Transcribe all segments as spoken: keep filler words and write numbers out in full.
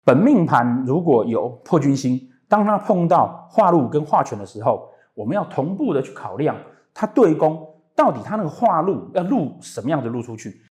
本命盘如果有破军星，当它碰到化禄跟化权的时候，我们要同步的去考量它对宫到底它那个化禄要禄什么样的禄出去。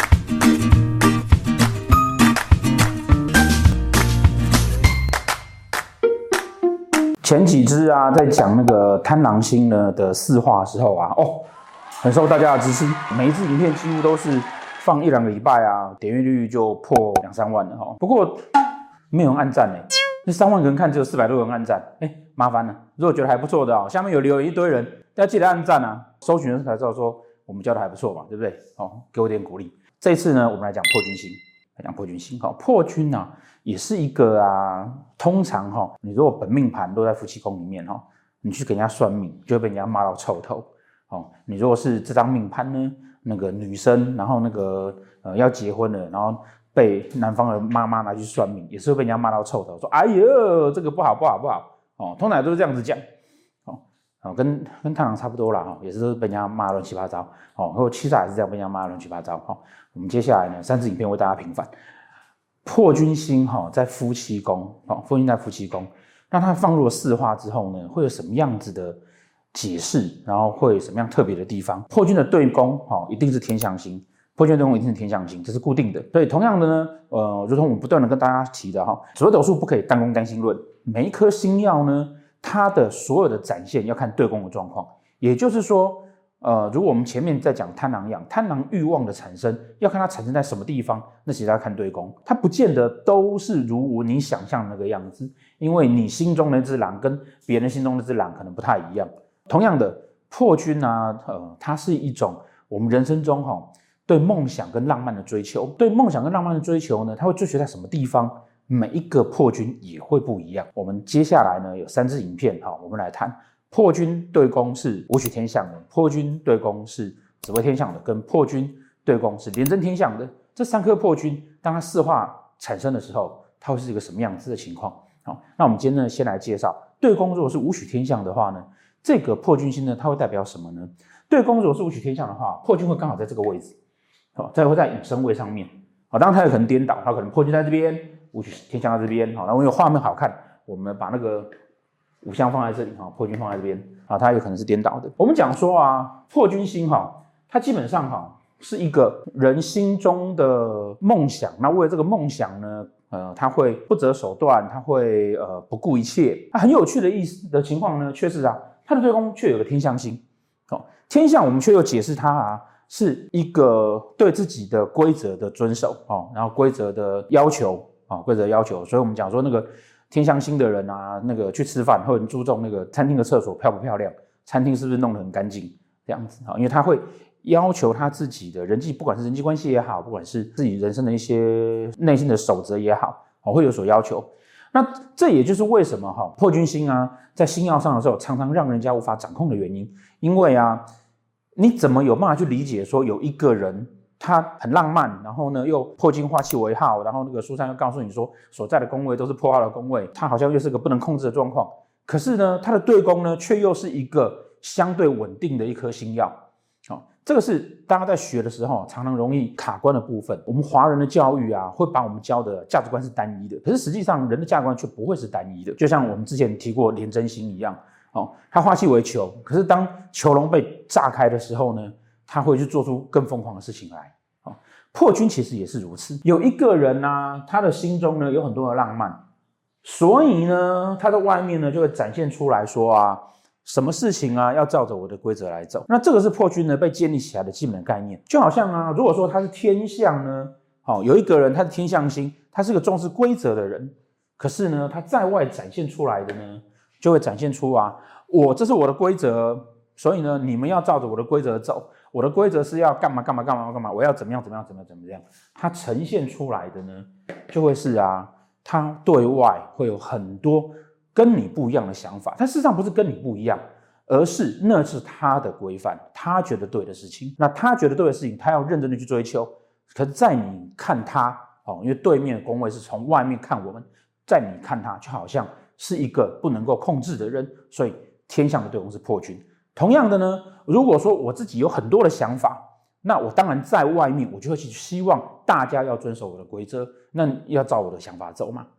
前几支啊，在讲那个贪狼星呢的四化的时候啊，哦，很受大家的支持，每一支影片几乎都是放一两个礼拜啊，点阅率就破两三万了哈。不过没有人按赞哎，那三万个人看只有四百多人按赞，哎，麻烦了。如果觉得还不错的哦，下面有留言一堆人，大家记得按赞啊，搜寻的时候才知道说我们教的还不错嘛，对不对？哦，给我点鼓励。这一次呢，我们来讲破军星，来讲破军星。好，破军啊，也是一个啊，通常哈、哦，你如果本命盘都在夫妻宫里面哈、哦，你去给人家算命，就会被人家骂到臭头。哦，你如果是这张命盘呢，那个女生，然后那个呃要结婚了，然后被男方的妈妈拿去算命，也是会被人家骂到臭头，说哎呦这个不好不好不好哦，通常都是这样子讲，哦哦跟跟太郎差不多啦哈、哦，也是都是被人家骂乱七八糟，哦，或者七煞也是这样被人家骂乱七八糟哈、哦。我们接下来呢，三支影片为大家平反，破军星哈、哦、在夫妻宫，哦，破军在夫妻宫，那它放入了四化之后呢，会有什么样子的解释，然后会有什么样特别的地方？破军的对宫，哦，一定是天象星，破军的对宫一定是天象星，这是固定的。所以同样的呢，呃，如同我们不断的跟大家提的哈，所有斗数不可以单宫单星论，每一颗星曜呢，它的所有的展现要看对宫的状况。也就是说，呃，如果我们前面在讲贪狼样，贪狼欲望的产生，要看它产生在什么地方，那其实要看对宫，它不见得都是如你想象的那个样子，因为你心中的那只狼跟别人心中的那只狼可能不太一样。同样的，破军啊，呃，它是一种我们人生中哈、哦、对梦想跟浪漫的追求。对梦想跟浪漫的追求呢，它会追求在什么地方？每一个破军也会不一样。我们接下来呢有三支影片哈、哦，我们来谈破军对宫是武曲天象的，破军对宫是紫微天象的，跟破军对宫是廉贞天象的。这三颗破军，当它四化产生的时候，它会是一个什么样子的情况？好，那我们今天呢先来介绍对宫，如果是武曲天象的话呢？这个破军星呢，它会代表什么呢？对宫如果是武曲天象的话，破军会刚好在这个位置，好，再会在引申位上面，好，当然它有可能颠倒，它可能破军在这边，武曲天象在这边，好，那因为画面好看，我们把那个五象放在这里，哈，破军放在这边，啊，它有可能是颠倒的。我们讲说啊，破军星哈，它基本上哈是一个人心中的梦想，那为了这个梦想呢？呃，他会不择手段，他会呃不顾一切。那很有趣的意思的情况呢，却是啊，他的对宫却有个天象星。哦，天象我们却又解释它啊是一个对自己的规则的遵守哦，然后规则的要求啊，规则要求。所以我们讲说那个天象星的人啊，那个去吃饭会很注重那个餐厅的厕所漂不漂亮，餐厅是不是弄得很干净这样子啊，因为他会要求他自己的人际，不管是人际关系也好，不管是自己人生的一些内心的守则也好，会有所要求。那这也就是为什么哈破军星啊，在星曜上的时候，常常让人家无法掌控的原因。因为啊，你怎么有办法去理解说有一个人他很浪漫，然后呢又破金化气为号，然后那个书上又告诉你说所在的宫位都是破号的宫位，他好像又是个不能控制的状况。可是呢，他的对宫呢，却又是一个相对稳定的一颗星曜。哦，这个是大家在学的时候常常容易卡关的部分。我们华人的教育啊，会把我们教的价值观是单一的，可是实际上人的价值观却不会是单一的。就像我们之前提过廉贞星一样，哦，他化气为囚，可是当囚笼被炸开的时候呢，他会去做出更疯狂的事情来。哦，破军其实也是如此。有一个人啊，他的心中呢有很多的浪漫，所以呢，他在外面呢就会展现出来说啊。什么事情啊，要照着我的规则来走？那这个是破军呢被建立起来的基本的概念。就好像啊，如果说他是天象呢，好、哦、有一个人他是天象星，他是个重视规则的人，可是呢，他在外展现出来的呢，就会展现出啊，我这是我的规则，所以呢，你们要照着我的规则走。我的规则是要干嘛干嘛干嘛干嘛，我要怎么样怎么样怎么样怎么样。他呈现出来的呢，就会是啊，他对外会有很多。跟你不一样的想法，但事实上不是跟你不一样，而是那是他的规范，他觉得对的事情，那他觉得对的事情，他要认真的去追求。可是，在你看他，哦，因为对面的宫位是从外面看我们，在你看他，就好像是一个不能够控制的人，所以天象的对宫是破军。同样的呢，如果说我自己有很多的想法，那我当然在外面，我就会去希望大家要遵守我的规则，那要照我的想法走嘛。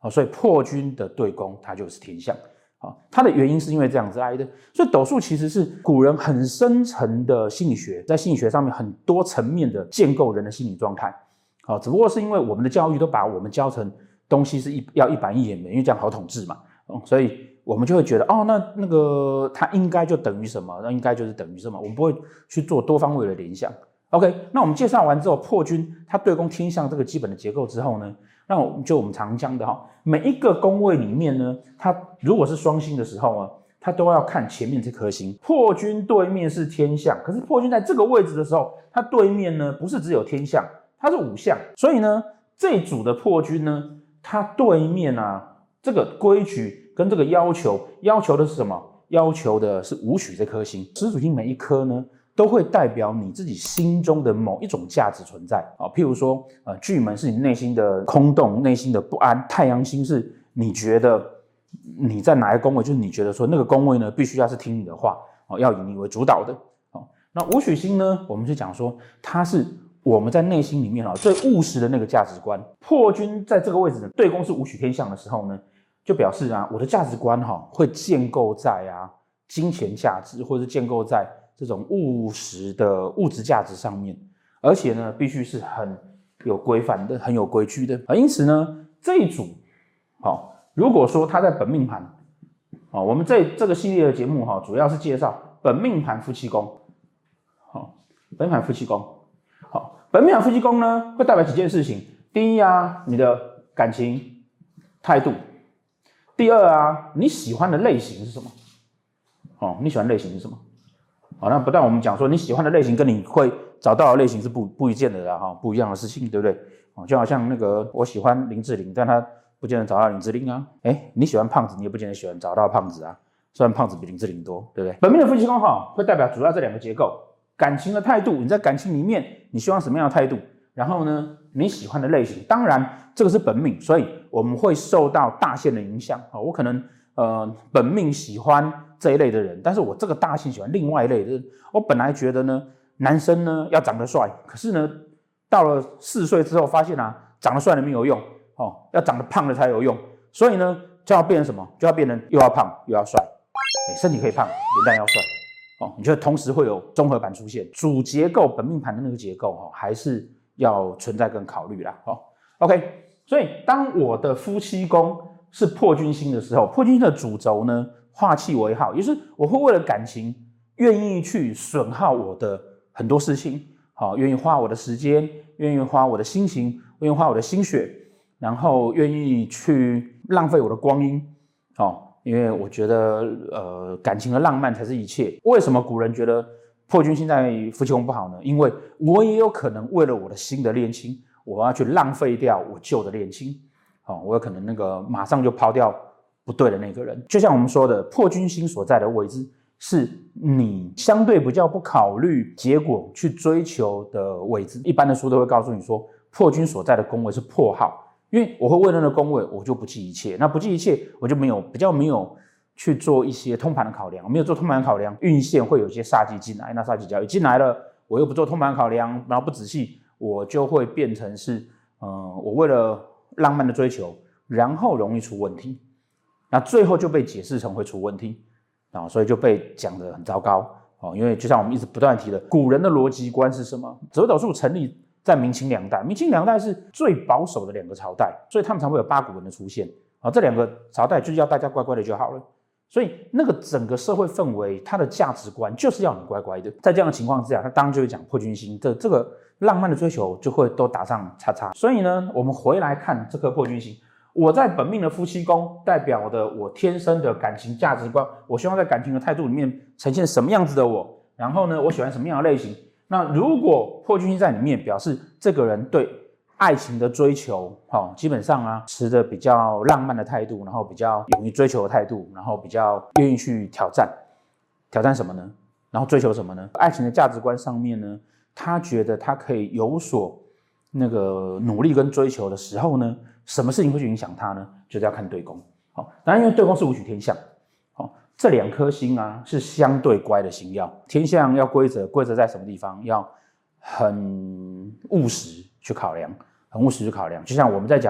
所以破军的对宫它就是天相。它的原因是因为这样子来的，所以斗数其实是古人很深层的心理学，在心理学上面很多层面的建构人的心理状态。好，只不过是因为我们的教育都把我们教成东西是一要一板一眼的，因为这样好统治嘛，嗯、所以我们就会觉得哦，那那个它应该就等于什么，那应该就是等于什么，我们不会去做多方位的联想。OK， 那我们介绍完之后，破军它对宫天相这个基本的结构之后呢，那我们就我们常讲的哈，每一个宫位里面呢，它如果是双星的时候啊，它都要看前面这颗星。破军对面是天相，可是破军在这个位置的时候，它对面呢不是只有天相，它是五相，所以呢，这一组的破军呢，它对面啊，这个规矩跟这个要求，要求的是什么？要求的是武曲这颗星。十主星每一颗呢，都会代表你自己心中的某一种价值存在啊，譬如说，呃，巨门是你内心的空洞、内心的不安；太阳星是你觉得你在哪一个宫位，就是你觉得说那个宫位呢，必须要是听你的话，哦，要以你为主导的。哦，那武曲星呢，我们就讲说它是我们在内心里面啊最务实的那个价值观。破军在这个位置呢，对宫是武曲天相的时候呢，就表示啊，我的价值观哈会建构在啊金钱价值，或者是建构在这种务实的物质价值上面，而且呢，必须是很有规范的、很有规矩的。因此呢，这一组，好，如果说他在本命盘，好，我们这这个系列的节目哈，主要是介绍本命盘夫妻宫，好，本命盘夫妻宫，好，本命盘夫妻宫呢，会代表几件事情。第一啊，你的感情态度；第二啊，你喜欢的类型是什么？哦，你喜欢类型是什么？好，那不但我们讲说你喜欢的类型跟你会找到的类型是不不一样的啦，哈，不一样的事情，对不对？哦，就好像那个我喜欢林志玲，但他不见得找到林志玲啊。哎，你喜欢胖子，你也不见得喜欢找到胖子啊。虽然胖子比林志玲多，对不对？本命的夫妻宫哈，会代表主要这两个结构：感情的态度，你在感情里面你希望什么样的态度？然后呢，你喜欢的类型，当然这个是本命，所以我们会受到大线的影响。好，我可能呃本命喜欢这一类的人，但是我这个大线喜欢另外一类的人。我本来觉得呢，男生呢要长得帅，可是呢，到了四岁之后发现啊，长得帅的没有用，哦，要长得胖的才有用。所以呢，就要变成什么？就要变成又要胖又要帅，欸、身体可以胖，脸蛋要帅。哦，你就同时会有综合版出现，主结构本命盘的那个结构哈、哦，还是要存在跟考虑啦。哦 ，OK， 所以当我的夫妻宫是破军星的时候，破军星的主轴呢，化气为耗，也就是我会为了感情愿意去损耗我的很多事情，好，愿意花我的时间，愿意花我的心情，愿意花我的心血，然后愿意去浪费我的光阴，好。因为我觉得，呃，感情的浪漫才是一切。为什么古人觉得破军星在夫妻宫不好呢？因为我也有可能为了我的新的恋情，我要去浪费掉我旧的恋情，哦，我有可能那个马上就抛掉不对的那个人。就像我们说的，破军星所在的位置，是你相对比较不考虑结果去追求的位置。一般的书都会告诉你说，破军所在的宫位是破耗。因为我会为了那个宫位，我就不计一切。那不计一切，我就没有比较没有去做一些通盘的考量，没有做通盘的考量，运线会有一些煞气进来。那煞气只要一进来了，我又不做通盘考量，然后不仔细，我就会变成是，呃，我为了浪漫的追求，然后容易出问题。那最后就被解释成会出问题，啊，所以就被讲得很糟糕。哦，因为就像我们一直不断提的，古人的逻辑观是什么？紫微斗数成立在明清两代，明清两代是最保守的两个朝代，所以他们才会有八股文的出现。好，这两个朝代就是要大家乖乖的就好了。所以那个整个社会氛围，它的价值观就是要你乖乖的。在这样的情况之下，他当然就会讲破军星，这这个浪漫的追求就会都打上叉叉。所以呢，我们回来看这颗破军星，我在本命的夫妻宫代表的我天生的感情价值观，我希望在感情的态度里面呈现什么样子的我，然后呢，我喜欢什么样的类型。那如果破军星在里面，表示这个人对爱情的追求，哦，基本上啊，持着比较浪漫的态度，然后比较勇于追求的态度，然后比较愿意去挑战，挑战什么呢？然后追求什么呢？爱情的价值观上面呢，他觉得他可以有所那个努力跟追求的时候呢，什么事情会去影响他呢？就是要看对宫。好，当然因为对宫是武曲天相。这两颗星啊是相对乖的星曜，天象要规则，规则在什么地方？要很务实去考量，很务实去考量。就像我们在讲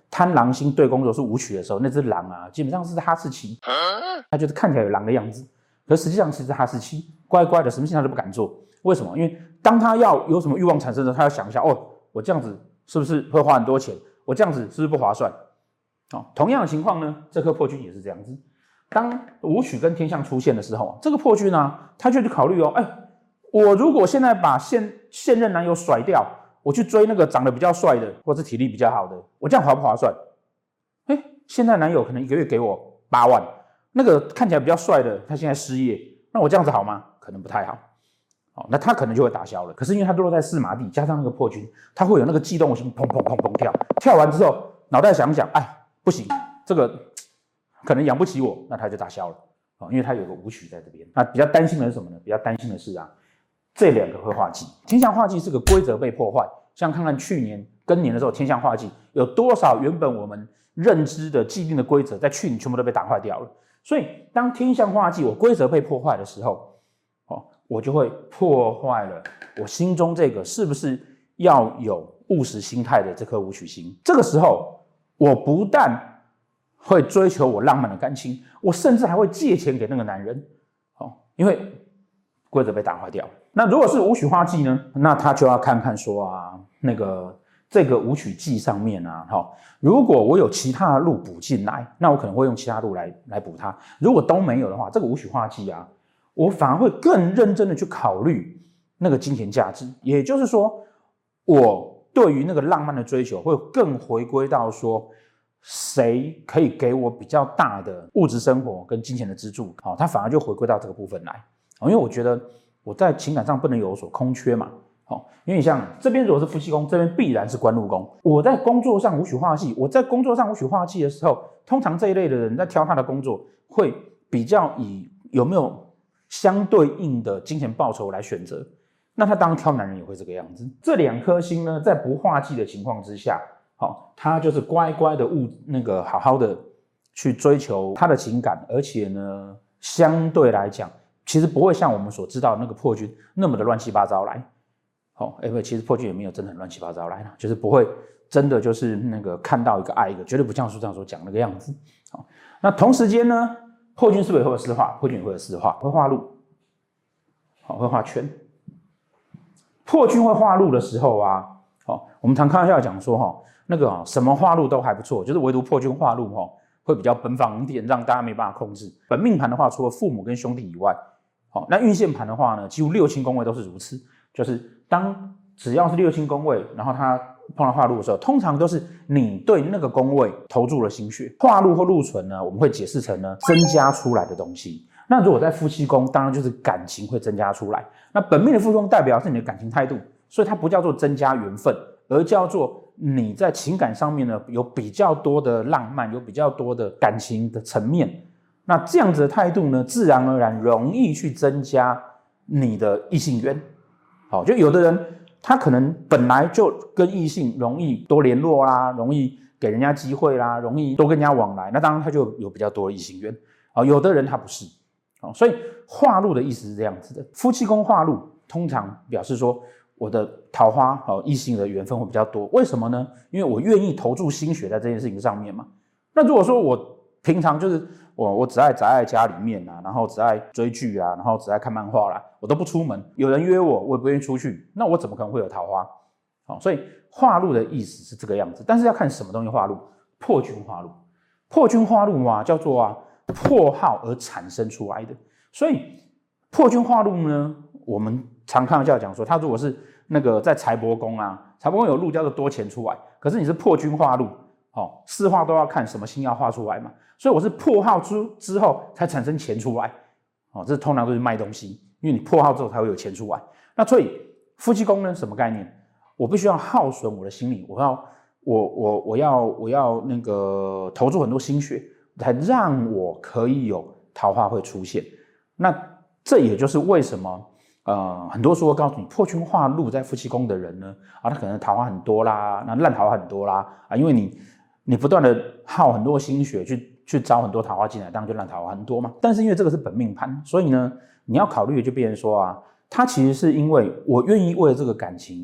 贪狼星对宫如果是武曲的时候，那只狼啊，基本上是哈士奇，它就是看起来有狼的样子，可实际上其实哈士奇乖乖的，什么事情他都不敢做。为什么？因为当他要有什么欲望产生的时候，他要想一下，哦，我这样子是不是会花很多钱？我这样子是不是不划算？哦，同样的情况呢，这颗破军也是这样子。当武曲跟天象出现的时候，这个破军啊，他就去考虑哦，哎，我如果现在把现现任男友甩掉，我去追那个长得比较帅的，或是体力比较好的，我这样划不划算？哎，现在男友可能一个月给我八万，那个看起来比较帅的，他现在失业，那我这样子好吗？可能不太好。哦，那他可能就会打消了。可是因为他落在四马地，加上那个破军，他会有那个悸动心，砰砰砰砰跳。跳完之后，脑袋想想，哎，不行，这个可能养不起我，那他就打消了。哦，因为他有个武曲在这边。那比较担心的是什么呢？比较担心的是啊，这两个会化忌。天象化忌是个规则被破坏，像看看去年更年的时候，天象化忌有多少原本我们认知的既定的规则，在去年全部都被打坏掉了。所以当天象化忌我规则被破坏的时候，哦，我就会破坏了我心中这个是不是要有务实心态的这颗武曲星。这个时候，我不但会追求我浪漫的感情，我甚至还会借钱给那个男人，哦，因为规则被打坏掉。那如果是武曲化忌呢？那他就要看看说啊，那个这个武曲忌上面啊，哈，如果我有其他的路补进来，那我可能会用其他路来来补它。如果都没有的话，这个武曲化忌啊，我反而会更认真的去考虑那个金钱价值。也就是说，我对于那个浪漫的追求会更回归到说，谁可以给我比较大的物质生活跟金钱的资助，好，它反而就回归到这个部分来。因为我觉得我在情感上不能有所空缺嘛。因为你像这边如果是夫妻宫，这边必然是官禄宫。我在工作上武曲化忌，我在工作上武曲化忌的时候，通常这一类的人在挑他的工作，会比较以有没有相对应的金钱报酬来选择。那他当然挑男人也会这个样子。这两颗星呢，在不化忌的情况之下，好，他就是乖乖的物那个好好的去追求他的情感，而且呢，相对来讲，其实不会像我们所知道的那个破军那么的乱七八糟来。哦，哎不，其实破军也没有真的很乱七八糟来啦，就是不会真的就是那个看到一个爱一个，绝对不像书上所讲那个样子。好，那同时间呢，破军是不是也会有四化？破军也会有四化，会化禄，好，会画圈。破军会化禄的时候啊，好，我们常开玩笑讲说哈，那个啊什么化禄都还不错，就是唯独破军化禄哈，会比较奔放一点，让大家没办法控制。本命盘的话，除了父母跟兄弟以外，好，那运线盘的话呢，几乎六亲宫位都是如此。就是当只要是六亲宫位，然后他碰到化禄的时候，通常都是你对那个宫位投注了心血。化禄或禄存呢，我们会解释成呢增加出来的东西。那如果在夫妻宫，当然就是感情会增加出来。那本命的夫妻宫代表是你的感情态度，所以它不叫做增加缘分，而叫做你在情感上面呢有比较多的浪漫，有比较多的感情的层面。那这样子的态度呢，自然而然容易去增加你的异性缘。好，就有的人他可能本来就跟异性容易多联络啦，容易给人家机会啦，容易多跟人家往来，那当然他就有比较多的异性缘。好，有的人他不是。好，所以化禄的意思是这样子的，夫妻宫化禄通常表示说我的桃花好异性的缘分会比较多。为什么呢？因为我愿意投注心血在这件事情上面嘛。那如果说我平常就是我我只爱宅在家里面啊，然后只爱追剧啊，然后只爱看漫画啦，我都不出门，有人约我我也不愿意出去，那我怎么可能会有桃花？好，所以化禄的意思是这个样子，但是要看什么东西化禄。破军化禄，破军化禄啊，叫做啊破耗而产生出来的。所以破军化禄呢，我们常开玩笑讲说，他如果是那个在财帛宫啊，财帛宫有禄叫做多钱出来，可是你是破军化禄。哦，四化都要看什么星要画出来嘛，所以我是破耗之之后才产生钱出来。哦，这通常都是卖东西，因为你破耗之后才会有钱出来。那所以夫妻宫呢，什么概念？我必须要耗损我的心力，我要我我我要我要那个投注很多心血，才让我可以有桃花会出现。那这也就是为什么呃很多书会告诉你，破军化禄在夫妻宫的人呢，啊，他可能桃花很多啦，那烂桃花很多啦啊，因为你。你不断的耗很多心血去去招很多桃花进来，当然就烂桃花很多嘛。但是因为这个是本命盘，所以呢，你要考虑的就变成说啊，他其实是因为我愿意为了这个感情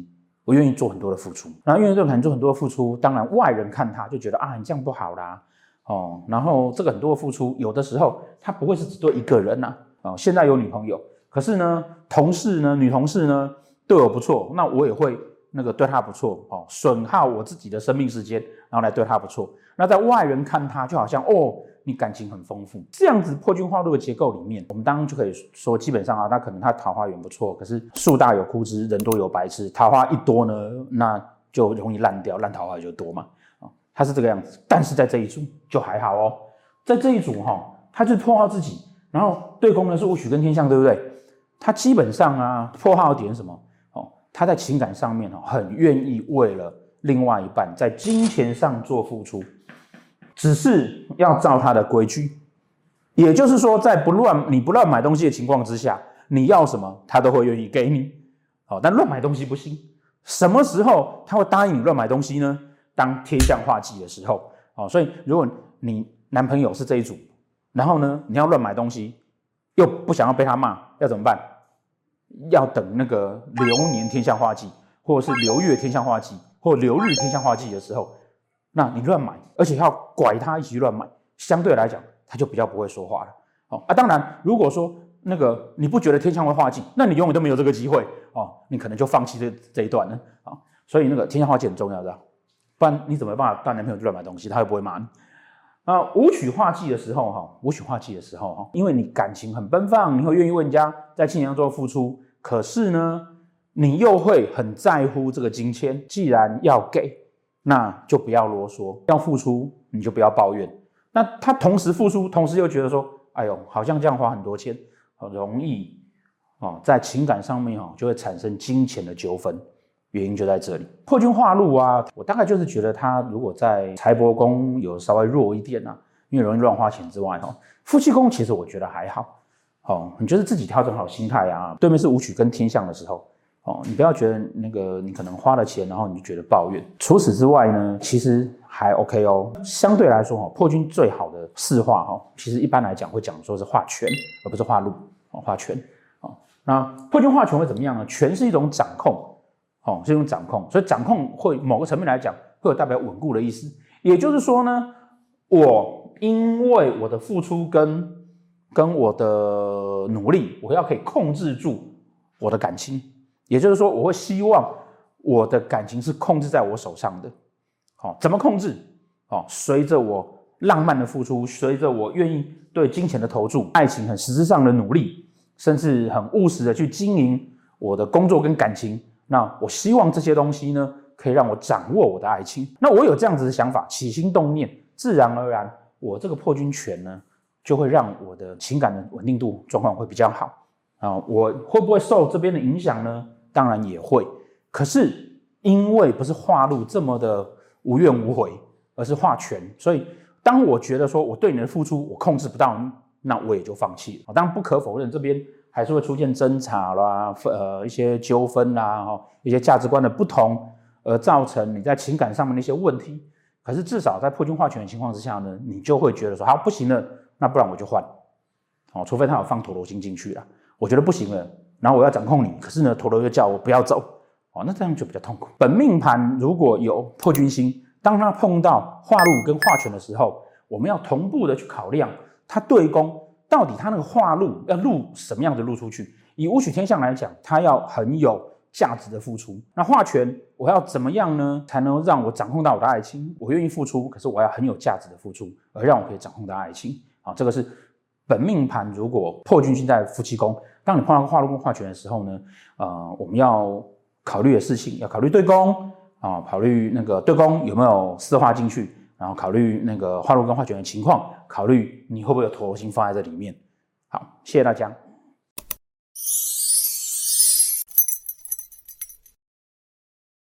我愿意做很多的付出，然后愿意对感情做很多的付出，当然外人看他就觉得啊，你这样不好啦，哦，然后这个很多的付出，有的时候他不会是只对一个人呐、啊，哦，现在有女朋友，可是呢，同事呢，女同事呢对我不错，那我也会那个对他不错，哦，损耗我自己的生命时间，然后来对他不错，那在外人看他就好像哦，你感情很丰富，这样子破军化禄的结构里面，我们当然就可以说，基本上啊，他可能他桃花源不错，可是树大有枯枝，人多有白痴，桃花一多呢，那就容易烂掉，烂桃花就多嘛，啊，他是这个样子。但是在这一组就还好哦，在这一组哈、哦，他就是破耗自己，然后对宫呢是武曲跟天相，对不对？他基本上啊，破耗点什么？哦，他在情感上面哦，很愿意为了另外一半在金钱上做付出。只是要照他的规矩，也就是说，在不乱你不乱买东西的情况之下，你要什么他都会愿意给你。好，但乱买东西不行。什么时候他会答应你乱买东西呢？当天象化忌的时候。好，所以如果你男朋友是这一组，然后呢你要乱买东西，又不想要被他骂，要怎么办？要等那个流年天象化忌，或者是流月天象化忌，或流日天象化忌的时候。那你乱买，而且要拐他一起乱买，相对来讲，他就比较不会说话了。哦啊，当然，如果说那个你不觉得天象会化忌，那你永远都没有这个机会哦，你可能就放弃这这一段了啊、哦。所以那个天象化忌很重要的，不然你怎么办法带男朋友去乱买东西，他又不会骂你啊。武曲化忌的时候哈，武曲化忌的时候哈，因为你感情很奔放，你会愿意为人家在金钱上做付出，可是呢，你又会很在乎这个金钱，既然要给。那就不要啰嗦，要付出你就不要抱怨。那他同时付出，同时又觉得说，哎呦，好像这样花很多钱，很容易哦，在情感上面哦就会产生金钱的纠纷，原因就在这里。破军化禄啊，我大概就是觉得他如果在财帛宫有稍微弱一点啊，因为容易乱花钱之外哈，夫妻宫其实我觉得还好。哦，你就是自己调整好心态啊。对面是武曲跟天相的时候。哦，你不要觉得那个你可能花了钱，然后你就觉得抱怨。除此之外呢，其实还 OK 哦。相对来说，哈，破军最好的四化哈，其实一般来讲会讲说是化权，而不是化禄。哦，化权。哦，那破军化权会怎么样呢？权是一种掌控，哦，是一种掌控，所以掌控会某个层面来讲会有代表稳固的意思。也就是说呢，我因为我的付出跟跟我的努力，我要可以控制住我的感情。也就是说，我会希望我的感情是控制在我手上的。好、哦，怎么控制？哦，随着我浪漫的付出，随着我愿意对金钱的投注，爱情很实质上的努力，甚至很务实的去经营我的工作跟感情。那我希望这些东西呢，可以让我掌握我的爱情。那我有这样子的想法，起心动念，自然而然，我这个破军权呢，就会让我的情感的稳定度状况会比较好。啊、哦，我会不会受这边的影响呢？当然也会，可是因为不是化禄这么的无怨无悔，而是化权，所以当我觉得说我对你的付出我控制不到你，那我也就放弃了。当然不可否认，这边还是会出现争吵啦，呃，一些纠纷啦，一些价值观的不同，而造成你在情感上面的一些问题。可是至少在破军化权的情况之下呢，你就会觉得说，好，不行了，那不然我就换，哦，除非他有放陀罗星进去啦，我觉得不行了。然后我要掌控你，可是呢，陀罗又叫我不要走，哦，那这样就比较痛苦。本命盘如果有破军星，当他碰到化禄跟化权的时候，我们要同步的去考量，他对宫到底他那个化禄要禄什么样的禄出去？以武曲天相来讲，他要很有价值的付出。那化权我要怎么样呢？才能让我掌控到我的爱情？我愿意付出，可是我要很有价值的付出，而让我可以掌控到爱情。好，这个是本命盘如果破军星在夫妻宫。当你碰到化禄跟化权的时候呢，呃，我们要考虑的事情，要考虑对宫啊、呃，考虑那个对宫有没有四化进去，然后考虑那个化禄跟化权的情况，考虑你会不会有陀罗星放在这里面。好，谢谢大家。